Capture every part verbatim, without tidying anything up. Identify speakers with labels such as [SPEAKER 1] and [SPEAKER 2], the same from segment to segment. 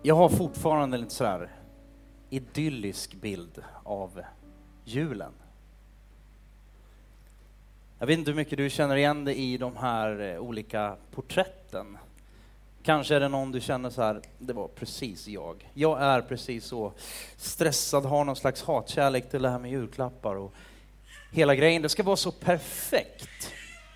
[SPEAKER 1] Jag har fortfarande en lite sådär idyllisk bild av julen. Jag vet inte hur mycket du känner igen dig i de här olika porträtten. Kanske är det någon du känner så här, det var precis jag. Jag är precis så stressad, har någon slags hatkärlek till det här med julklappar och hela grejen. Det ska vara så perfekt.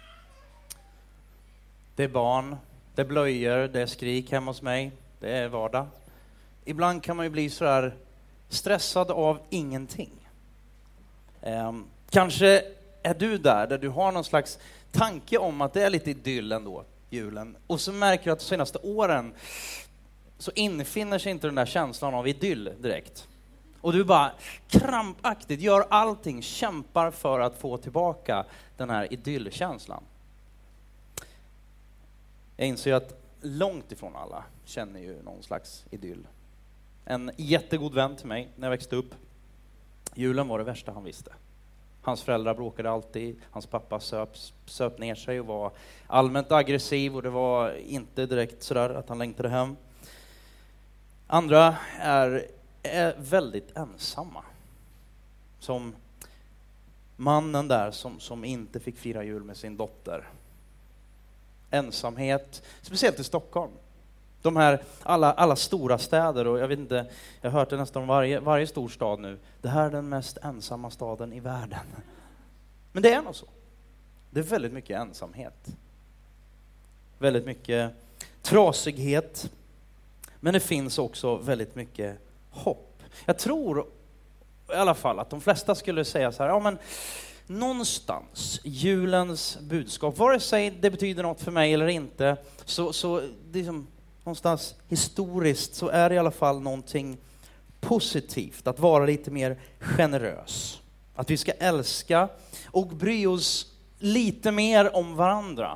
[SPEAKER 1] Det är barn, det är blöjor, det är skrik hemma hos mig. Det är vardag. Ibland kan man ju bli så här stressad av ingenting. Eh, kanske är du där, där du har någon slags tanke om att det är lite idyll ändå, julen. Och så märker du att de senaste åren så infinner sig inte den där känslan av idyll direkt. Och du bara krampaktigt gör allting, kämpar för att få tillbaka den här idyllkänslan. Jag inser att långt ifrån alla känner ju någon slags idyll. En jättegod vän till mig när jag växte upp. Julen var det värsta han visste. Hans föräldrar bråkade alltid. Hans pappa söp, söp ner sig och var allmänt aggressiv. Och det var inte direkt sådär att han längtade hem. Andra är, är väldigt ensamma. Som mannen där som, som inte fick fira jul med sin dotter. Ensamhet, speciellt i Stockholm. De här alla, alla stora städer, och jag vet inte, jag har hört det nästan varje, varje stor stad nu. Det här är den mest ensamma staden i världen. Men det är nog så. Det är väldigt mycket ensamhet. Väldigt mycket trasighet. Men det finns också väldigt mycket hopp. Jag tror i alla fall att de flesta skulle säga så här, ja men någonstans, julens budskap, vare sig det betyder något för mig eller inte, så, så liksom, någonstans historiskt så är det i alla fall någonting positivt att vara lite mer generös. Att vi ska älska och bry oss lite mer om varandra.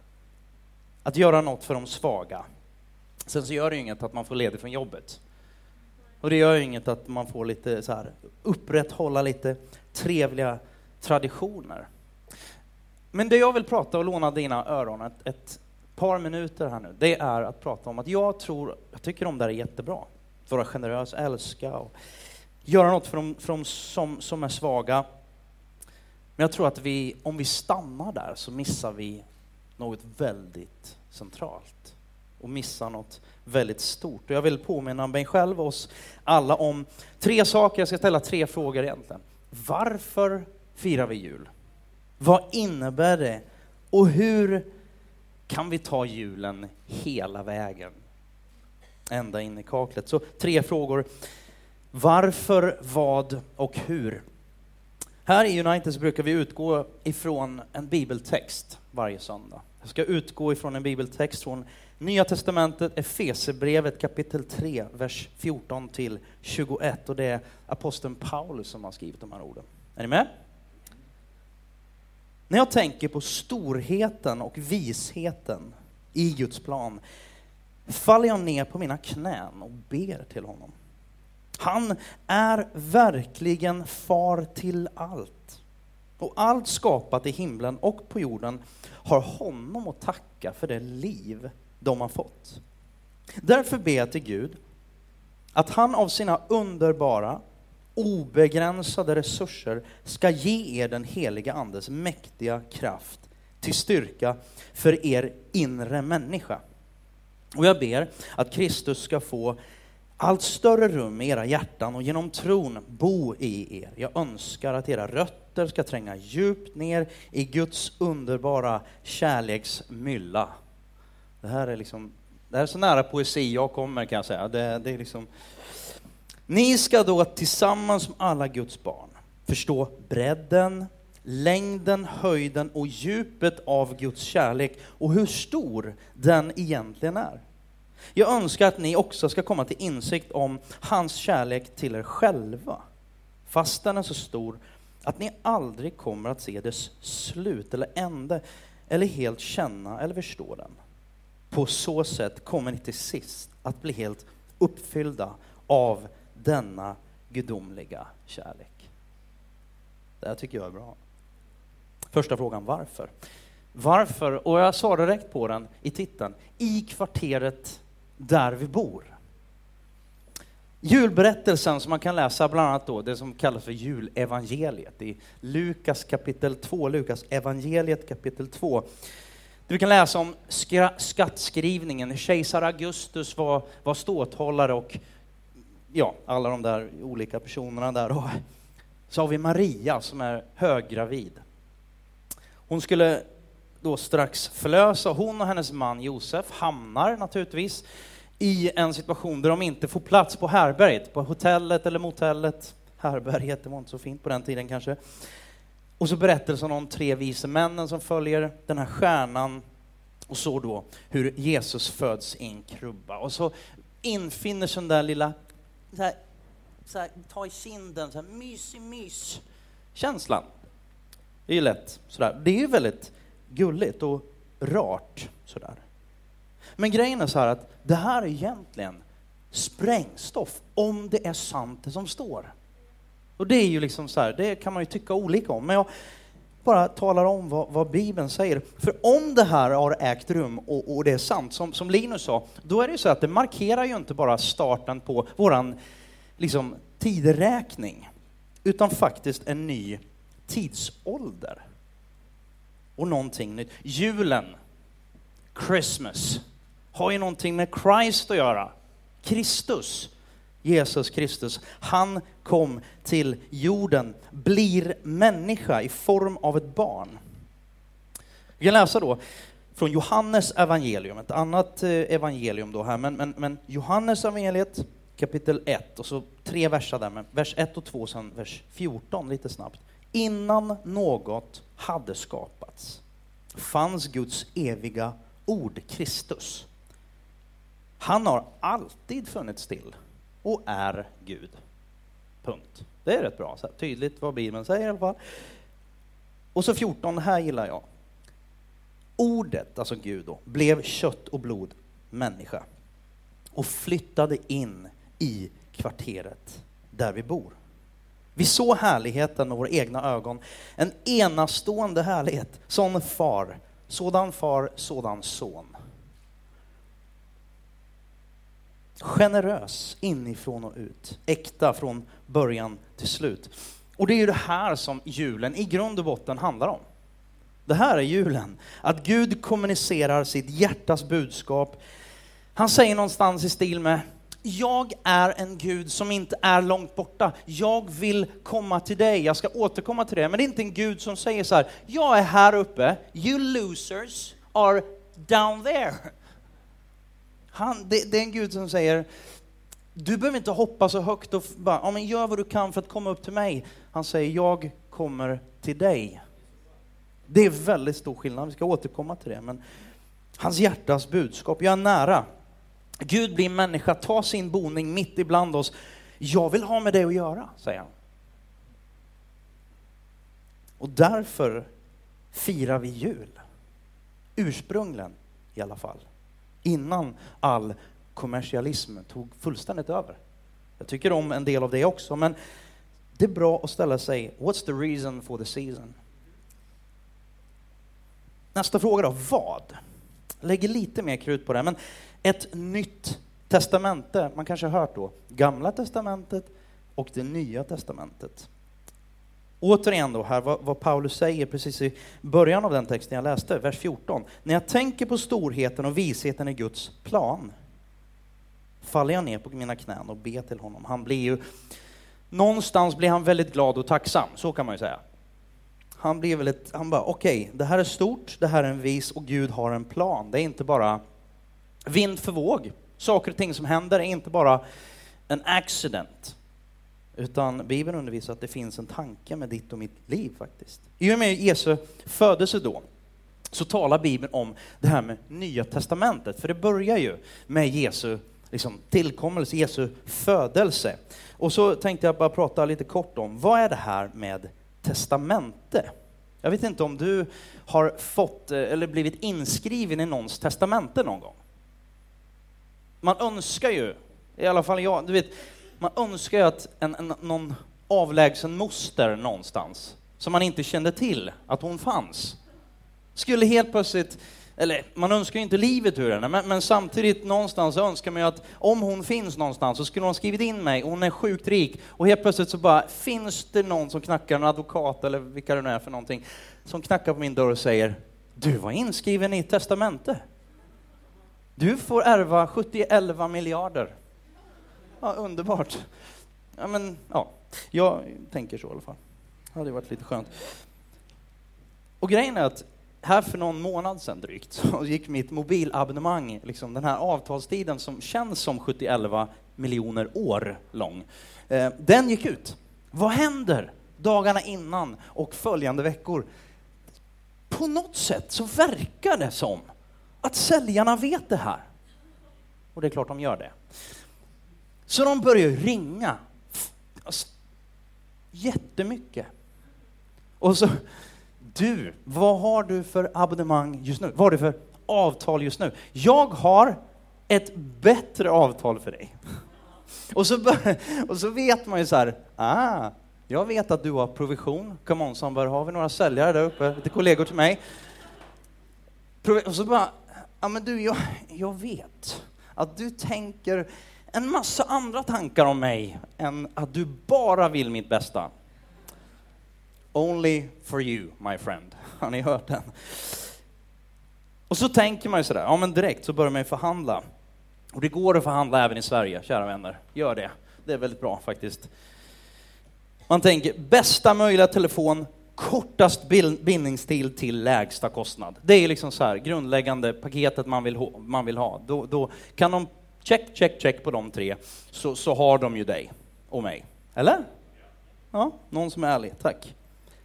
[SPEAKER 1] Att göra något för de svaga. Sen så gör det ju inget att man får ledigt från jobbet. Och det gör ju inget att man får lite så här upprätthålla lite trevliga traditioner. Men det jag vill prata och låna dina öron ett, ett par minuter här nu, det är att prata om att jag tror, jag tycker de där är jättebra. Att vara generös, älska och göra något för de, för de som, som är svaga. Men jag tror att vi, om vi stannar där så missar vi något väldigt centralt. Och missar något väldigt stort. Och jag vill påminna mig själv och oss alla om tre saker. Jag ska ställa tre frågor egentligen. Varför firar vi jul? Vad innebär det? Och hur kan vi ta julen hela vägen? Ända in i kaklet. Så tre frågor. Varför, vad och hur? Här i United så brukar vi utgå ifrån en bibeltext varje söndag. Jag ska utgå ifrån en bibeltext från Nya testamentet, Efesierbrevet kapitel tre, vers fjorton till tjugoett. Och det är aposteln Paulus som har skrivit de här orden. Är ni med? När jag tänker på storheten och visheten i Guds plan faller jag ner på mina knän och ber till honom. Han är verkligen far till allt. Och allt skapat i himlen och på jorden har honom att tacka för det liv de har fått. Därför ber jag till Gud att han av sina underbara, obegränsade resurser ska ge er den heliga andes mäktiga kraft till styrka för er inre människa. Och jag ber att Kristus ska få allt större rum i era hjärtan och genom tron bo i er. Jag önskar att era rötter ska tränga djupt ner i Guds underbara kärleksmylla. Det här är liksom, det här är så nära poesi jag kommer, kan jag säga. Det, det är liksom... Ni ska då tillsammans med alla Guds barn förstå bredden, längden, höjden och djupet av Guds kärlek och hur stor den egentligen är. Jag önskar att ni också ska komma till insikt om hans kärlek till er själva. Fast den är så stor att ni aldrig kommer att se dess slut eller ände eller helt känna eller förstå den. På så sätt kommer ni till sist att bli helt uppfyllda av denna gudomliga kärlek. Det här tycker jag är bra. Första frågan, varför? Varför? Och jag sa direkt på den i titeln. I kvarteret där vi bor. Julberättelsen som man kan läsa bland annat då, det som kallas för julevangeliet i Lukas kapitel två, Lukas evangeliet kapitel två. Vi kan läsa om skra- skattskrivningen, kejsar Augustus var, var ståthållare och ja, alla de där olika personerna där. Och så har vi Maria som är höggravid. Hon skulle då strax förlösa, hon och hennes man Josef hamnar naturligtvis i en situation där de inte får plats på härberget, på hotellet eller motellet. Härberget, det var inte så fint på den tiden kanske. Och så berättelsen om tre vise männen som följer den här stjärnan. Och så då hur Jesus föds i en krubba. Och så infinner sig den där lilla, så här, så här, ta i kinden, så här, mysig mys känslan. Det är ju lätt sådär. Det är ju väldigt gulligt och rart sådär. Men grejen är så här att det här är egentligen sprängstoff om det är sant det som står. Och det är ju liksom så här, det kan man ju tycka olika om. Men jag bara talar om vad, vad Bibeln säger. För om det här har ägt rum och, och det är sant, som, som Linus sa, då är det ju så att det markerar ju inte bara starten på våran liksom, tideräkning, utan faktiskt en ny tidsålder. Och någonting nytt. Julen, Christmas, har ju någonting med Christ att göra. Kristus, Jesus Kristus, han kom till jorden, blir människa i form av ett barn. Vi kan läsa då från Johannes evangelium, ett annat evangelium då här, men, men, men Johannes evangeliet kapitel ett och så tre verser där, med vers ett och två, sen vers fjorton lite snabbt. Innan något hade skapats fanns Guds eviga ord, Kristus. Han har alltid funnits till och är Gud. Punkt. Det är rätt bra, så här, tydligt vad Bibeln säger i alla fall. Och så fjorton, här gillar jag. Ordet, alltså Gud då, blev kött och blod, människa, och flyttade in i kvarteret där vi bor. Vi såg härligheten med våra egna ögon. En enastående härlighet. Sån far, sådan far, sådan son. Generös inifrån och ut. Äkta från början till slut. Och det är ju det här som julen i grund och botten handlar om. Det här är julen. Att Gud kommunicerar sitt hjärtas budskap. Han säger någonstans i stil med: jag är en Gud som inte är långt borta. Jag vill komma till dig. Jag ska återkomma till det. Men det är inte en Gud som säger så här: jag är här uppe. You losers are down there. Han, det, det är en Gud som säger: du behöver inte hoppa så högt och bara, ja, men gör vad du kan för att komma upp till mig. Han säger: jag kommer till dig. Det är väldigt stor skillnad. Vi ska återkomma till det. Men hans hjärtas budskap: jag är nära. Gud blir människa, tar sin boning mitt ibland oss. Jag vill ha med det att göra, säger han. Och därför firar vi jul. Ursprungligen i alla fall. Innan all kommersialism tog fullständigt över. Jag tycker om en del av det också, men det är bra att ställa sig: what's the reason for the season? Nästa fråga då, vad? Lägger lite mer krut på det, men ett nytt testamente, man kanske har hört då, gamla testamentet och det nya testamentet. Återigen då här, vad, vad Paulus säger precis i början av den texten jag läste, vers fjorton. När jag tänker på storheten och visheten i Guds plan, faller jag ner på mina knän och ber till honom. Han blir ju, någonstans blir han väldigt glad och tacksam, så kan man ju säga. Han blir väldigt, han bara, okej, okay, det här är stort, det här är en vis och Gud har en plan. Det är inte bara vind för våg. Saker och ting som händer är inte bara en accident. Utan Bibeln undervisar att det finns en tanke med ditt och mitt liv faktiskt. I och med Jesu födelse då, så talar Bibeln om det här med Nya testamentet. För det börjar ju med Jesu liksom, tillkommelse, Jesu födelse. Och så tänkte jag bara prata lite kort om, vad är det här med testamente? Jag vet inte om du har fått eller blivit inskriven i någons testamente någon gång. Man önskar ju, i alla fall jag, du vet, man önskar ju att en, en, någon avlägsen moster någonstans som man inte kände till att hon fanns skulle helt plötsligt eller man önskar ju inte livet ur henne, men, men samtidigt någonstans önskar man ju att om hon finns någonstans så skulle hon ha skrivit in mig, hon är sjukt rik, och helt plötsligt så bara, finns det någon som knackar, en advokat eller vilka det nu är för någonting, som knackar på min dörr och säger, du var inskriven i testamente. Du får ärva sjuttioelva miljarder. Ja, underbart. Ja, men ja, jag tänker så i alla fall. Det hade varit lite skönt. Och grejen är att här för någon månad sedan drygt så gick mitt mobilabonnemang, liksom den här avtalstiden som känns som sjuttioelva miljoner år lång, eh, den gick ut. Vad händer dagarna innan och följande veckor? På något sätt så verkar det som att säljarna vet det här. Och det är klart de gör det. Så de börjar ringa jättemycket. Och så, du, vad har du för abonnemang just nu? Vad har du för avtal just nu? Jag har ett bättre avtal för dig. Och så, bör, och så vet man ju så här, ah, jag vet att du har provision. Come on, Sambar, har vi några säljare där uppe? Lite kollegor till mig. Och så bara, ja men du, jag, jag vet att du tänker en massa andra tankar om mig än att du bara vill mitt bästa. Only for you, my friend. Har ni hört den? Och så tänker man ju sådär, ja men direkt så börjar man ju förhandla. Och det går att förhandla även i Sverige, kära vänner. Gör det. Det är väldigt bra faktiskt. Man tänker, bästa möjliga telefon, kortast bindningstid till lägsta kostnad. Det är liksom så här grundläggande paketet man vill ha. Man vill ha. Då, då kan de check, check, check på de tre, så, så har de ju dig och mig. Eller? Ja, någon som är ärlig. Tack.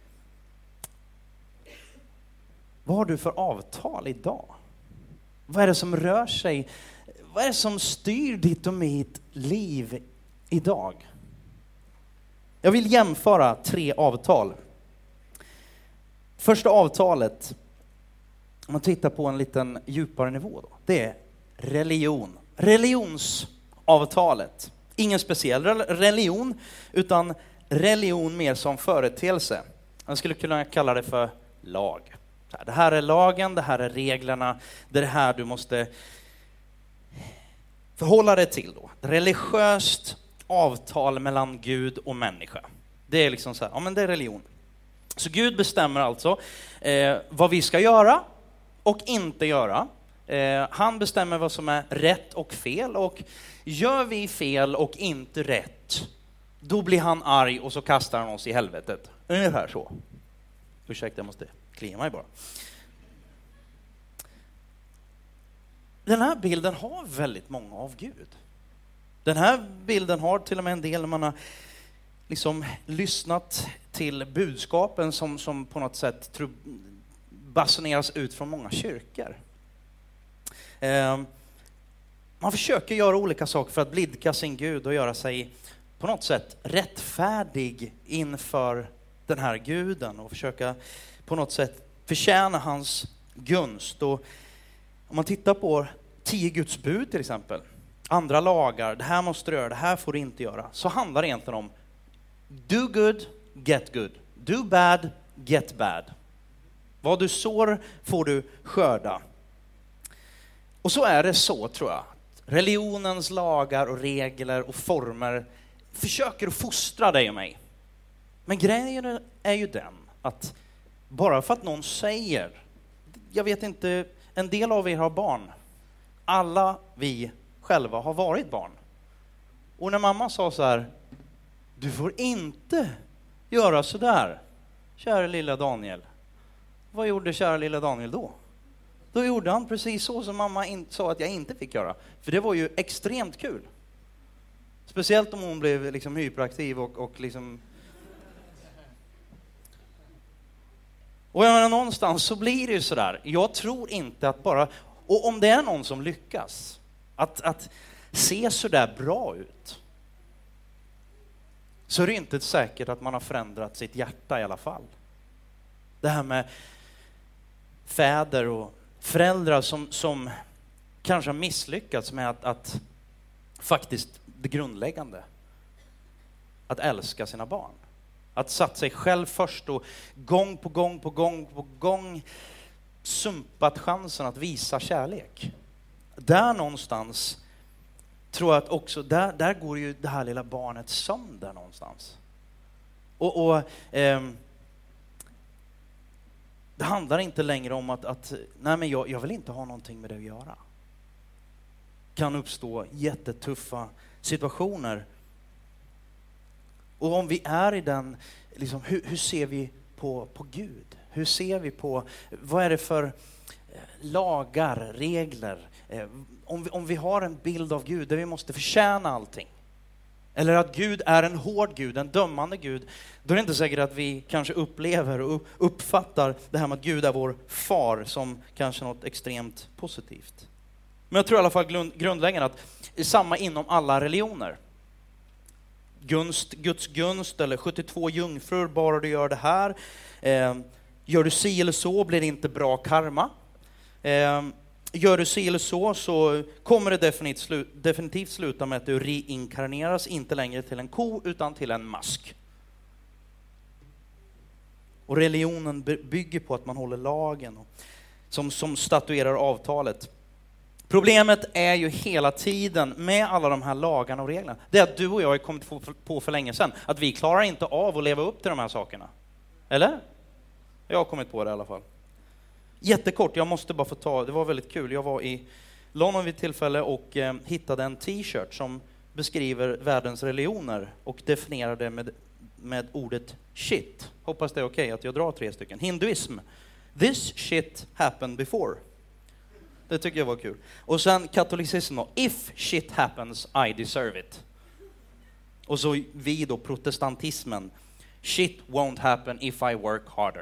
[SPEAKER 1] Vad har du för avtal idag? Vad är det som rör sig? Vad är det som styr ditt och mitt liv idag? Jag vill jämföra tre avtal. Första avtalet, om man tittar på en liten djupare nivå då, det är religion. Religionsavtalet. Ingen speciell religion, utan religion mer som företeelse. Man skulle kunna kalla det för lag. Det här är lagen, det här är reglerna, det är det här du måste förhålla dig till då. Religiöst avtal mellan Gud och människa. Det är liksom så här, ja men det är religion. Så Gud bestämmer alltså eh, vad vi ska göra och inte göra. Eh, han bestämmer vad som är rätt och fel, och gör vi fel och inte rätt, då blir han arg och så kastar han oss i helvetet. Ungefär så. Ursäkta, jag måste klia mig bara. Den här bilden har väldigt många av Gud. Den här bilden har till och med en del man har liksom lyssnat till budskapen som, som på något sätt tror, basuneras ut från många kyrkor. Eh, man försöker göra olika saker för att blidka sin Gud och göra sig på något sätt rättfärdig inför den här guden och försöka på något sätt förtjäna hans gunst. Och om man tittar på tio Guds bud till exempel, andra lagar, det här måste du göra, det här får du inte göra, så handlar det egentligen om do good, get good. Do bad, get bad. Vad du sår får du skörda. Och så är det så, tror jag. Religionens lagar och regler och former försöker att fostra dig och mig. Men grejen är ju den att bara för att någon säger, jag vet inte, en del av er har barn. Alla vi själva har varit barn. Och när mamma sa så här, du får inte göra så där, kära lilla Daniel. Vad gjorde kära lilla Daniel då? Då gjorde han precis så som mamma in- sa att jag inte fick göra. För det var ju extremt kul. Speciellt om hon blev liksom hyperaktiv och, och liksom... Och jag menar, någonstans så blir det ju sådär. Jag tror inte att bara... Och om det är någon som lyckas att, att se sådär bra ut, så är det inte säkert att man har förändrat sitt hjärta i alla fall. Det här med fäder och föräldrar som, som kanske har misslyckats med att, att faktiskt det grundläggande, att älska sina barn. Att satt sig själv först och gång på gång på gång på gång sumpat chansen att visa kärlek. Där någonstans tror jag att också, där, där går ju det här lilla barnet sönder någonstans. Och, och ehm, det handlar inte längre om att, att nej men jag, jag vill inte ha någonting med det att göra. Kan uppstå jättetuffa situationer. Och om vi är i den, liksom, hur, hur ser vi på, på Gud? Hur ser vi på, vad är det för lagar, regler? Om vi, om vi har en bild av Gud där vi måste förtjäna allting. Eller att Gud är en hård Gud, en dömande Gud. Då är det inte säkert att vi kanske upplever och uppfattar det här med att Gud är vår far som kanske något extremt positivt. Men jag tror i alla fall grundläggande att det är samma inom alla religioner. Gunst, Guds gunst eller sjuttiotvå jungfrur, bara du gör det här. Eh, gör du si eller så blir det inte bra karma. Eh, gör du si eller så så kommer det definitivt, slu, definitivt sluta med att du reinkarneras inte längre till en ko utan till en mask. Och religionen bygger på att man håller lagen och, som, som statuerar avtalet. Problemet är ju hela tiden med alla de här lagarna och reglerna. Det är att du och jag har kommit på för länge sedan. Att vi klarar inte av att leva upp till de här sakerna. Eller? Jag har kommit på det i alla fall. Jättekort, jag måste bara få ta, det var väldigt kul. Jag var i London vid ett tillfälle och eh, hittade en t-shirt som beskriver världens religioner och definierar det med, med ordet shit. Hoppas det är okej okay att jag drar tre stycken. Hinduism. This shit happened before. Det tycker jag var kul. Och sen katolicism då. If shit happens, I deserve it. Och så vi då, protestantismen. Shit won't happen if I work harder.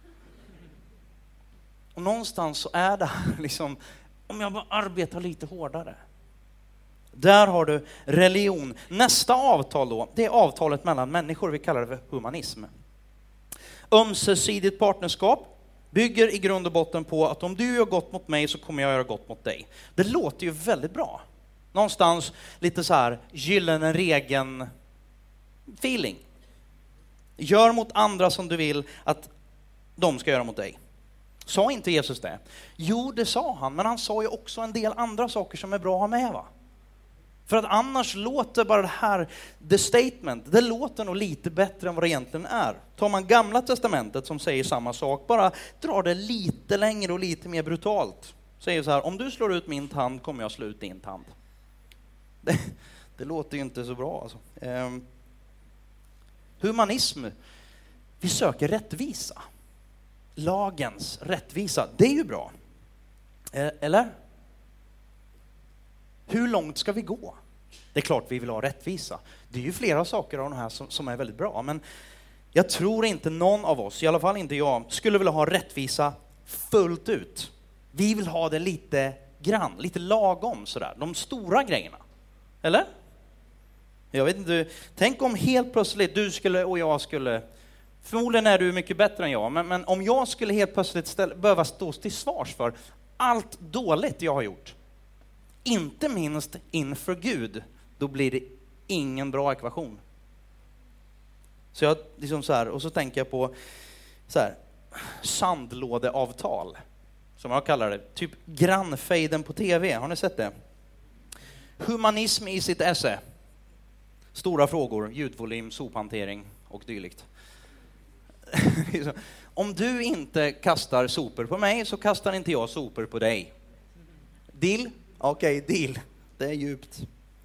[SPEAKER 1] Och någonstans så är det liksom, om jag bara arbetar lite hårdare. Där har du religion. Nästa avtal då, det är avtalet mellan människor. Vi kallar det för humanism. Ömsesidigt partnerskap bygger i grund och botten på att om du gör gott mot mig så kommer jag göra gott mot dig. Det låter ju väldigt bra. Någonstans lite så här gyllene regeln feeling. Gör mot andra som du vill att de ska göra mot dig. Sa inte Jesus det? Jo, det sa han, men han sa ju också en del andra saker som är bra att ha med, va? För att annars låter bara det här, the statement, det låter nog lite bättre än vad det egentligen är. Tar man gamla testamentet som säger samma sak, bara drar det lite längre och lite mer brutalt. Säger så här, om du slår ut min tand kommer jag slå ut din tand. Det, det låter ju inte så bra alltså. Eh, humanism, vi söker rättvisa. Lagens rättvisa, det är ju bra. Eh, eller? Hur långt ska vi gå? Det är klart vi vill ha rättvisa. Det är ju flera saker av de här som, som är väldigt bra. Men jag tror inte någon av oss, i alla fall inte jag, skulle vilja ha rättvisa fullt ut. Vi vill ha det lite grann, lite lagom sådär. De stora grejerna. Eller? Jag vet inte, tänk om helt plötsligt du skulle och jag skulle, förmodligen är du mycket bättre än jag, men, men om jag skulle helt plötsligt ställa, behöva stå till svars för allt dåligt jag har gjort. Inte minst inför Gud, då blir det ingen bra ekvation. Så jag liksom så här, och så tänker jag på så här, sandlådeavtal, som jag kallar det, typ grannfejden på tv. Har ni sett det? Humanism i sitt esse. Stora frågor, ljudvolym, sophantering och dylikt. Om du inte kastar sopor på mig så kastar inte jag sopor på dig. Deal? Okej, okay, deal. Det är djupt.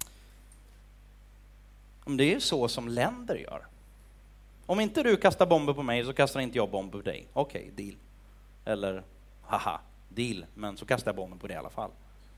[SPEAKER 1] Om det är ju så som länder gör. Om inte du kastar bomber på mig så kastar inte jag bomber på dig. Okej, okay, deal. Eller, haha, deal. Men så kastar jag bomber på dig i alla fall.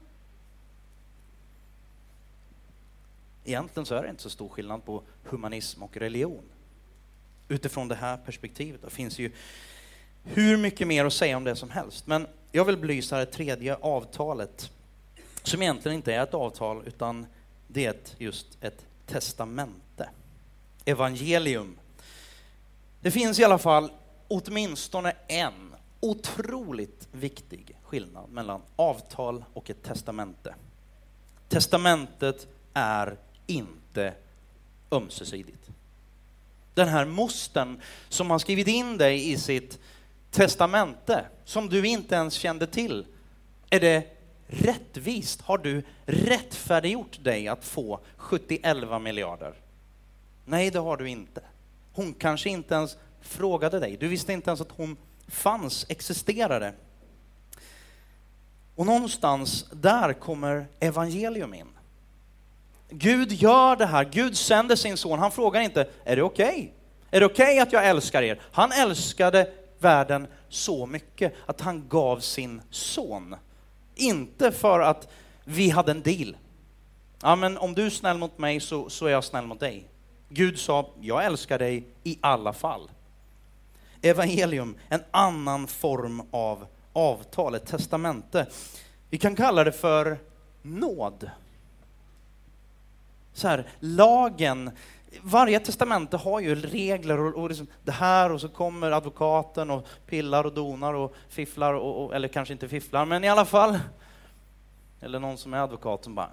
[SPEAKER 1] Egentligen så är det inte så stor skillnad på humanism och religion. Utifrån det här perspektivet. Det finns ju hur mycket mer att säga om det som helst. Men jag vill belysa det tredje avtalet. Som egentligen inte är ett avtal utan det är just ett testamente. Evangelium. Det finns i alla fall åtminstone en otroligt viktig skillnad mellan avtal och ett testamente. Testamentet är inte ömsesidigt. Den här mosten som har skrivit in dig i sitt testamente som du inte ens kände till, är det rättvist? Har du rättfärdiggjort dig att få sjuttioelva miljarder? Nej, det har du inte. Hon kanske inte ens frågade dig. Du visste inte ens att hon fanns, existerade. Och någonstans där kommer evangelium in. Gud gör det här. Gud sänder sin son. Han frågar inte, är det okej? Okay? Är det okej okay att jag älskar er? Han älskade världen så mycket att han gav sin son. Inte för att vi hade en deal. Ja, men om du är snäll mot mig så, så är jag snäll mot dig. Gud sa, jag älskar dig i alla fall. Evangelium, en annan form av avtal, ett testamente. Vi kan kalla det för nåd. Så här, lagen, varje testamente har ju regler och, och liksom det här, och så kommer advokaten och pillar och donar och fifflar, och, och, eller kanske inte fifflar, men i alla fall, eller någon som är advokat som bara...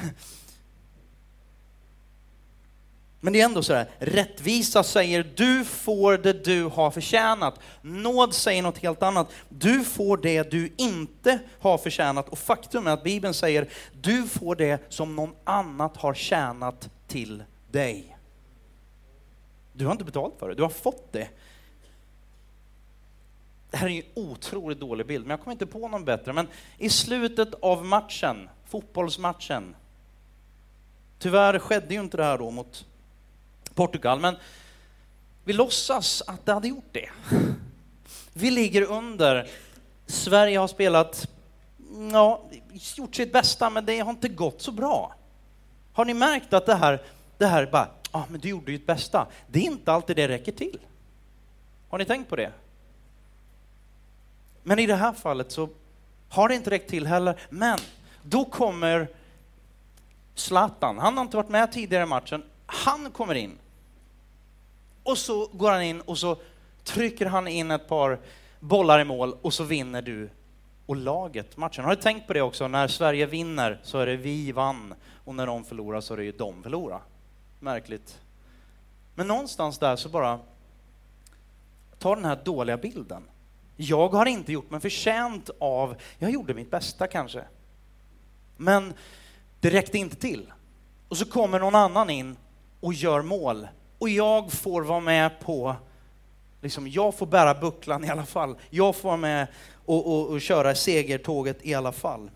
[SPEAKER 1] Men det är ändå så här, rättvisa säger du får det du har förtjänat. Nåd säger något helt annat. Du får det du inte har förtjänat. Och faktum är att Bibeln säger du får det som någon annat har tjänat till dig. Du har inte betalt för det, du har fått det. Det här är ju en otroligt dålig bild, men jag kommer inte på någon bättre. Men i slutet av matchen, fotbollsmatchen, tyvärr skedde ju inte det här då mot Portugal, men vi låtsas att det hade gjort det. Vi ligger under. Sverige har spelat, ja, gjort sitt bästa, men det har inte gått så bra. Har ni märkt att det här, det här bara, ja, ah, men du gjorde ju ett bästa. Det är inte alltid det räcker till. Har ni tänkt på det? Men i det här fallet så har det inte räckt till heller. Men då kommer Zlatan. Han har inte varit med tidigare i matchen. Han kommer in. Och så går han in och så trycker han in ett par bollar i mål och så vinner du och laget matchen. Har du tänkt på det också? När Sverige vinner så är det vi vann, och när de förlorar så är det ju de förlorar. Märkligt. Men någonstans där så bara ta den här dåliga bilden. Jag har inte gjort mig förtjänt av, jag gjorde mitt bästa kanske. Men det räckte inte till. Och så kommer någon annan in och gör mål. Och jag får vara med på, liksom, jag får bära bucklan i alla fall. Jag får vara med och, och, och köra segertåget i alla fall.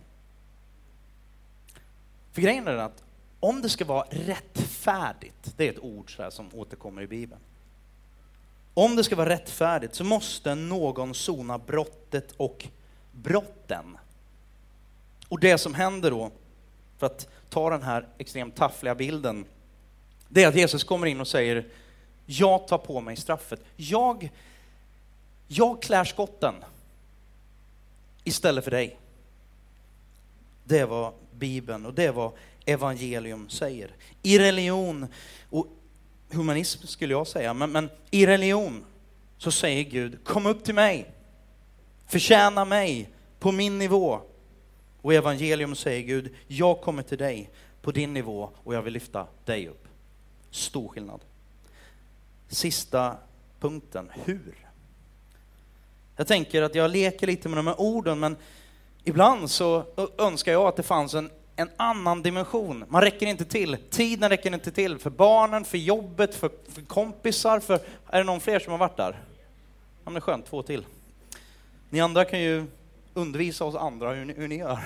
[SPEAKER 1] För grejen är att om det ska vara rättfärdigt, det är ett ord så här som återkommer i Bibeln. Om det ska vara rättfärdigt så måste någon sona brottet och brotten. Och det som händer då, för att ta den här extremt taffliga bilden, det är att Jesus kommer in och säger, jag tar på mig straffet. Jag, jag klär skotten istället för dig. Det är vad Bibeln och det är vad evangelium säger. I religion och humanism skulle jag säga, men, men i religion så säger Gud, kom upp till mig, förtjäna mig på min nivå. Och i evangelium säger Gud, jag kommer till dig på din nivå och jag vill lyfta dig upp. Stor skillnad. Sista punkten, hur? Jag tänker att jag leker lite med de här orden, men ibland så önskar jag att det fanns en, en annan dimension. Man räcker inte till. Tiden räcker inte till för barnen, för jobbet, för, för kompisar. För, är det någon fler som har varit där? Ja, men det är skönt, två till. Ni andra kan ju undervisa oss andra hur ni, hur ni gör.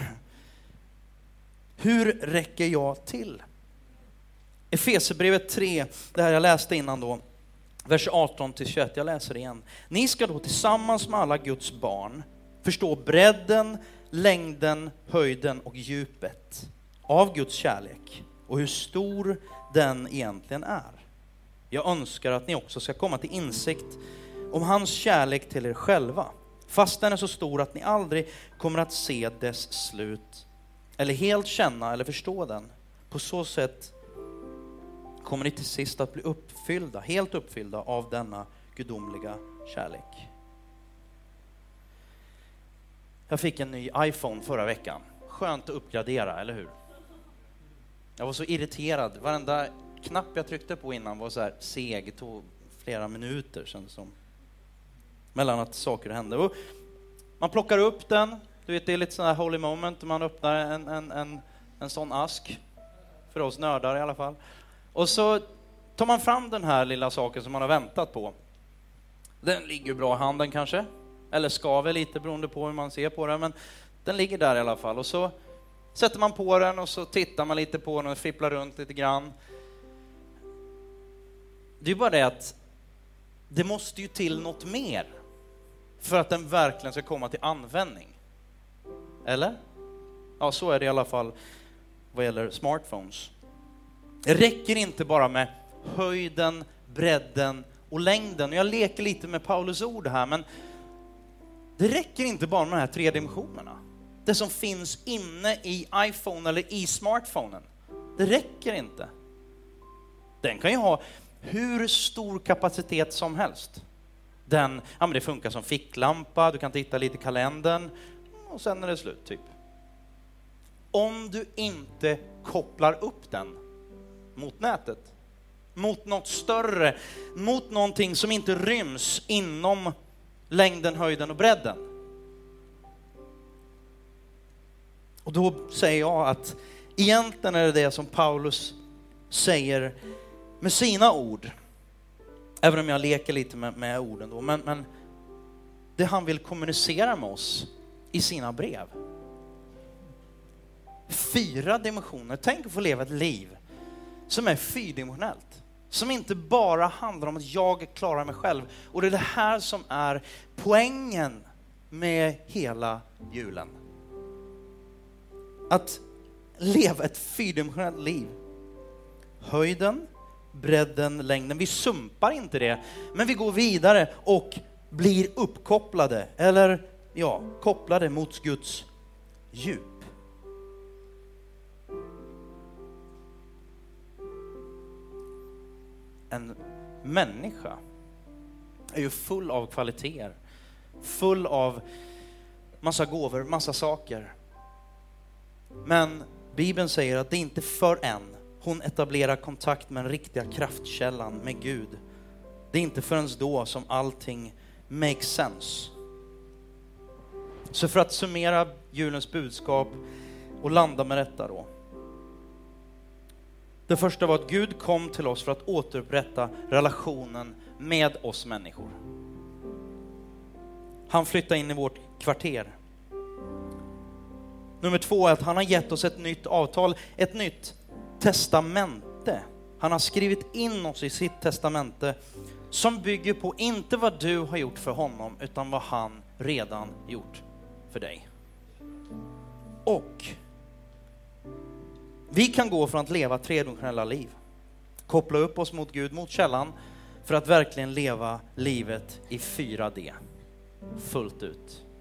[SPEAKER 1] Hur räcker jag till? Efesierbrevet tre, det här jag läste innan då, vers arton till tjugoett, jag läser igen. Ni ska då tillsammans med alla Guds barn förstå bredden, längden, höjden och djupet av Guds kärlek och hur stor den egentligen är. Jag önskar att ni också ska komma till insikt om hans kärlek till er själva, fast den är så stor att ni aldrig kommer att se dess slut eller helt känna eller förstå den. På så sätt kommer ni till sist att bli uppfyllda, helt uppfyllda av denna gudomliga kärlek. Jag fick en ny iPhone förra veckan. Skönt att uppgradera, eller hur? Jag var så irriterad. Varenda knapp jag tryckte på innan var så här seg. Det tog flera minuter sedan som. mellan att saker händer. Och man plockar upp den. Du vet, det är lite sån här holy moment. Man öppnar en, en, en, en sån ask. För oss nördar i alla fall. Och så tar man fram den här lilla saken som man har väntat på. Den ligger bra i handen kanske. Eller skaver lite beroende på hur man ser på den. Men den ligger där i alla fall. Och så sätter man på den och så tittar man lite på den och fipplar runt lite grann. Det är bara det att det måste ju till något mer för att den verkligen ska komma till användning. Eller? Ja, så är det i alla fall vad gäller smartphones. Det räcker inte bara med höjden, bredden och längden. Och jag leker lite med Paulus ord här, men det räcker inte bara med de här tre dimensionerna. Det som finns inne i iPhone eller i smartphonen. Det räcker inte. Den kan ju ha hur stor kapacitet som helst. Den, ja men det funkar som ficklampa, du kan titta lite i kalendern och sen är det slut typ. Om du inte kopplar upp den mot nätet, mot något större, mot någonting som inte ryms inom längden, höjden och bredden. Och då säger jag att egentligen är det det som Paulus säger med sina ord. Även om jag leker lite med, med orden då. Men, men det han vill kommunicera med oss i sina brev. Fyra dimensioner. Tänk att få leva ett liv som är fyrdimensionellt. Som inte bara handlar om att jag klarar mig själv. Och det är det här som är poängen med hela julen. Att leva ett fyrdimensionellt liv. Höjden, bredden, längden. Vi sumpar inte det. Men vi går vidare och blir uppkopplade. Eller ja, kopplade mot Guds djup. En människa är ju full av kvaliteter. Full av massa gåvor, massa saker. Men Bibeln säger att det inte förrän hon etablerar kontakt med den riktiga kraftkällan, med Gud. Det är inte förrän då som allting makes sense. Så för att summera julens budskap och landa med detta då. Det första var att Gud kom till oss för att återupprätta relationen med oss människor. Han flyttade in i vårt kvarter. Nummer två är att han har gett oss ett nytt avtal, ett nytt testamente. Han har skrivit in oss i sitt testamente som bygger på inte vad du har gjort för honom utan vad han redan gjort för dig. Och vi kan gå från att leva tredimensionella liv, koppla upp oss mot Gud, mot källan, för att verkligen leva livet i fyra D fullt ut.